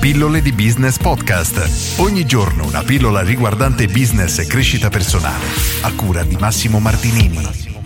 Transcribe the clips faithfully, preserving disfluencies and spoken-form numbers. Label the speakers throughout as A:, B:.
A: Pillole di Business Podcast. Ogni giorno una pillola riguardante business e crescita personale. A cura di Massimo Martinini.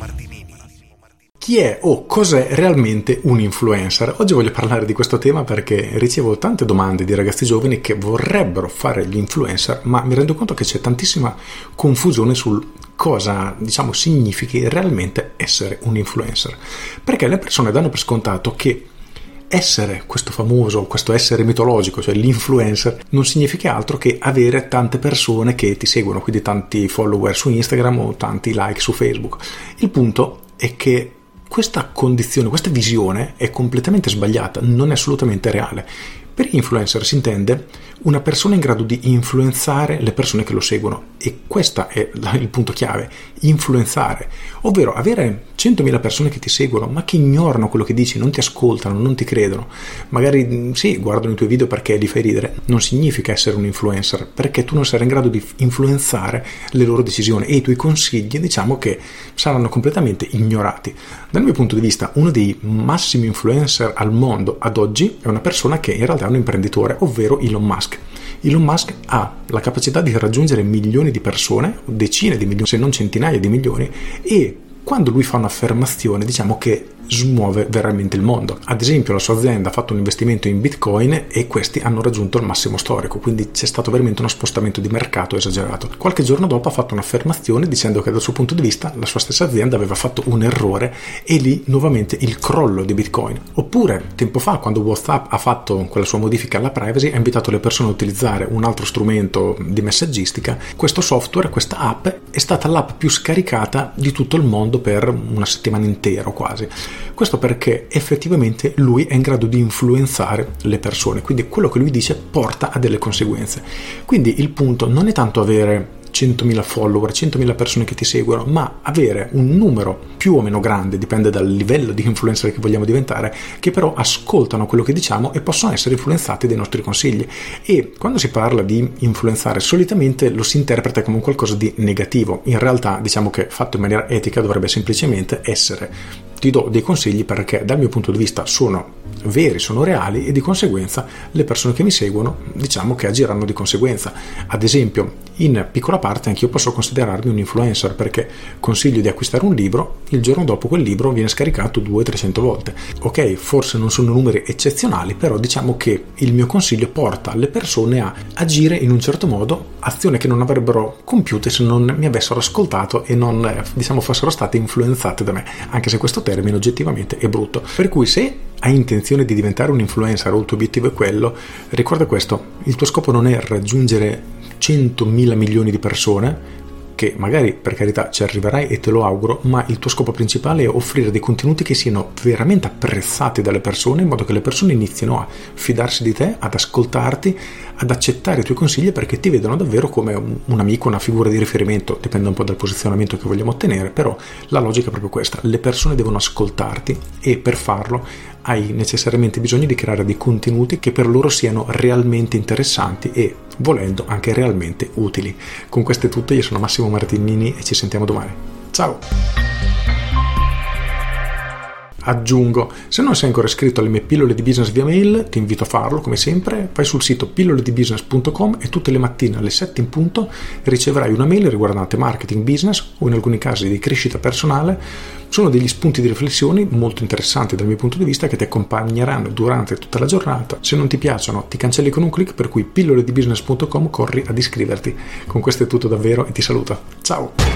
B: Chi è o cos'è realmente un influencer? Oggi voglio parlare di questo tema perché ricevo tante domande di ragazzi giovani che vorrebbero fare gli influencer, ma mi rendo conto che c'è tantissima confusione sul cosa, diciamo, significhi realmente essere un influencer. Perché le persone danno per scontato che essere questo famoso, questo essere mitologico, cioè l'influencer, non significa altro che avere tante persone che ti seguono, quindi tanti follower su Instagram o tanti like su Facebook. Il punto è che questa condizione, questa visione è completamente sbagliata, non è assolutamente reale. Per influencer si intende una persona in grado di influenzare le persone che lo seguono, e questo è il punto chiave, influenzare, ovvero avere centomila persone che ti seguono ma che ignorano quello che dici, non ti ascoltano, non ti credono, magari sì, guardano i tuoi video perché li fai ridere, non significa essere un influencer, perché tu non sarai in grado di influenzare le loro decisioni e i tuoi consigli, diciamo che saranno completamente ignorati. Dal mio punto di vista, uno dei massimi influencer al mondo ad oggi è una persona che in realtà è un imprenditore, ovvero Elon Musk. Elon Musk ha la capacità di raggiungere milioni di persone, decine di milioni, se non centinaia di milioni, e quando lui fa un'affermazione, diciamo che smuove veramente il mondo. Ad esempio, la sua azienda ha fatto un investimento in Bitcoin e questi hanno raggiunto il massimo storico, quindi c'è stato veramente uno spostamento di mercato esagerato. Qualche giorno dopo ha fatto un'affermazione dicendo che dal suo punto di vista la sua stessa azienda aveva fatto un errore e lì nuovamente il crollo di Bitcoin. Oppure tempo fa, quando WhatsApp ha fatto quella sua modifica alla privacy, ha invitato le persone a utilizzare un altro strumento di messaggistica. Questo software, questa app, è stata l'app più scaricata di tutto il mondo per una settimana intera o quasi. Questo perché effettivamente lui è in grado di influenzare le persone, quindi quello che lui dice porta a delle conseguenze. Quindi il punto non è tanto avere centomila follower, centomila persone che ti seguono, ma avere un numero più o meno grande, dipende dal livello di influencer che vogliamo diventare, che però ascoltano quello che diciamo e possono essere influenzati dai nostri consigli. E quando si parla di influenzare, solitamente lo si interpreta come qualcosa di negativo. In realtà, diciamo che fatto in maniera etica dovrebbe semplicemente essere: ti do dei consigli perché dal mio punto di vista sono veri, sono reali, e di conseguenza le persone che mi seguono, diciamo che agiranno di conseguenza. Ad esempio, in piccola parte anch'io posso considerarmi un influencer perché consiglio di acquistare un libro, il giorno dopo quel libro viene scaricato duecento trecento volte. Ok, forse non sono numeri eccezionali, però diciamo che il mio consiglio porta le persone a agire in un certo modo, azione che non avrebbero compiute se non mi avessero ascoltato e non, diciamo, fossero state influenzate da me, anche se questo termine oggettivamente è brutto. Per cui se hai intenzione di diventare un influencer o il tuo obiettivo è quello, ricorda questo: il tuo scopo non è raggiungere centomila milioni di persone, che magari per carità ci arriverai e te lo auguro, ma il tuo scopo principale è offrire dei contenuti che siano veramente apprezzati dalle persone, in modo che le persone inizino a fidarsi di te, ad ascoltarti, ad accettare i tuoi consigli perché ti vedono davvero come un, un amico, una figura di riferimento. Dipende un po' dal posizionamento che vogliamo ottenere, però la logica è proprio questa: le persone devono ascoltarti e per farlo hai necessariamente bisogno di creare dei contenuti che per loro siano realmente interessanti e, volendo, anche realmente utili. Con questo è tutto, io sono Massimo Martinini e ci sentiamo domani. Ciao! Aggiungo, se non sei ancora iscritto alle mie pillole di business via mail, ti invito a farlo come sempre. Vai sul sito pillole di business punto com e tutte le mattine alle sette in punto riceverai una mail riguardante marketing, business o in alcuni casi di crescita personale. Sono degli spunti di riflessione molto interessanti dal mio punto di vista che ti accompagneranno durante tutta la giornata. Se non ti piacciono ti cancelli con un click, per cui pillole di business punto com, corri ad iscriverti. Con questo è tutto davvero e ti saluto. Ciao!